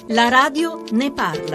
La radio ne parla.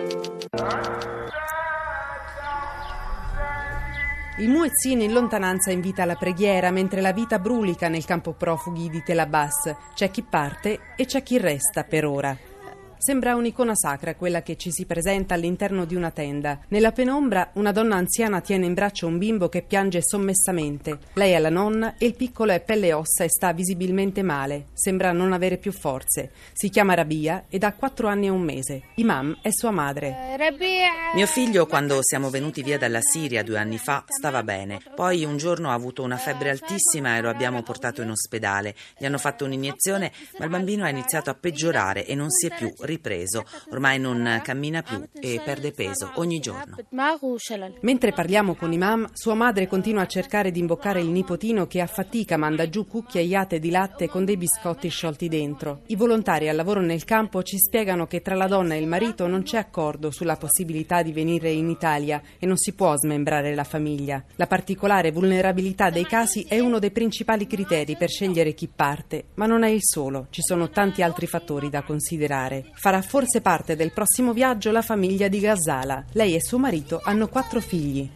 Il muezzin in lontananza invita alla preghiera mentre la vita brulica nel campo profughi di Tel Abbas. C'è chi parte e c'è chi resta per ora. Sembra un'icona sacra quella che ci si presenta all'interno di una tenda. Nella penombra una donna anziana tiene in braccio un bimbo che piange sommessamente. Lei è la nonna e il piccolo è pelle e ossa e sta visibilmente male. Sembra non avere più forze. Si chiama Rabia ed ha 4 anni e 1 mese. Imam è sua madre. Mio figlio, quando siamo venuti via dalla Siria 2 anni fa, stava bene. Poi un giorno ha avuto una febbre altissima e lo abbiamo portato in ospedale. Gli hanno fatto un'iniezione, ma il bambino ha iniziato a peggiorare e non si è più ripreso. Ormai non cammina più e perde peso ogni giorno. Mentre parliamo con Imam, sua madre continua a cercare di imboccare il nipotino che a fatica manda giù cucchiaiate di latte con dei biscotti sciolti dentro. I volontari al lavoro nel campo ci spiegano che tra la donna e il marito non c'è accordo sulla possibilità di venire in Italia e non si può smembrare la famiglia. La particolare vulnerabilità dei casi è uno dei principali criteri per scegliere chi parte, ma non è il solo. Ci sono tanti altri fattori da considerare. Farà forse parte del prossimo viaggio la famiglia di Ghazala. Lei e suo marito hanno 4 figli.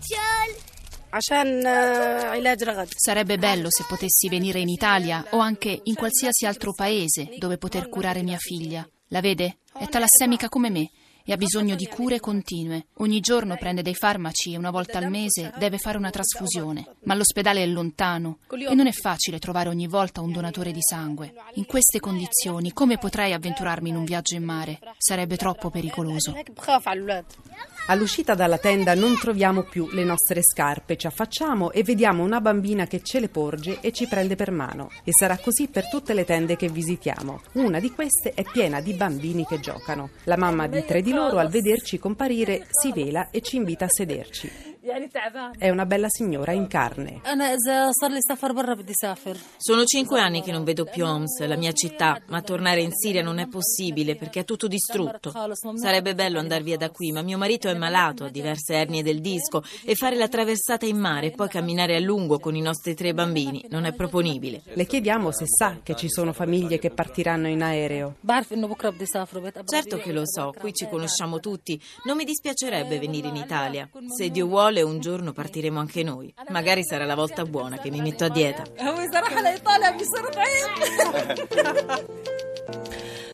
Sarebbe bello se potessi venire in Italia o anche in qualsiasi altro paese dove poter curare mia figlia. La vede? È talassemica come me e ha bisogno di cure continue. Ogni giorno prende dei farmaci e una volta al mese deve fare una trasfusione. Ma l'ospedale è lontano e non è facile trovare ogni volta un donatore di sangue. In queste condizioni, come potrei avventurarmi in un viaggio in mare? Sarebbe troppo pericoloso. All'uscita dalla tenda non troviamo più le nostre scarpe, ci affacciamo e vediamo una bambina che ce le porge e ci prende per mano. E sarà così per tutte le tende che visitiamo. Una di queste è piena di bambini che giocano. La mamma di 3 di loro, al vederci comparire, si vela e ci invita a sederci. È una bella signora in carne. Sono 5 anni che non vedo più Homs, la mia città, ma tornare in Siria non è possibile perché è tutto distrutto. Sarebbe bello andare via da qui, ma mio marito è malato, ha diverse ernie del disco e fare la traversata in mare e poi camminare a lungo con i nostri 3 bambini non è proponibile. Le chiediamo se sa che ci sono famiglie che partiranno in aereo. Certo che lo so, qui ci conosciamo tutti. Non mi dispiacerebbe venire in Italia. Se Dio vuole, un giorno partiremo anche noi. Magari sarà la volta buona che mi metto a dieta.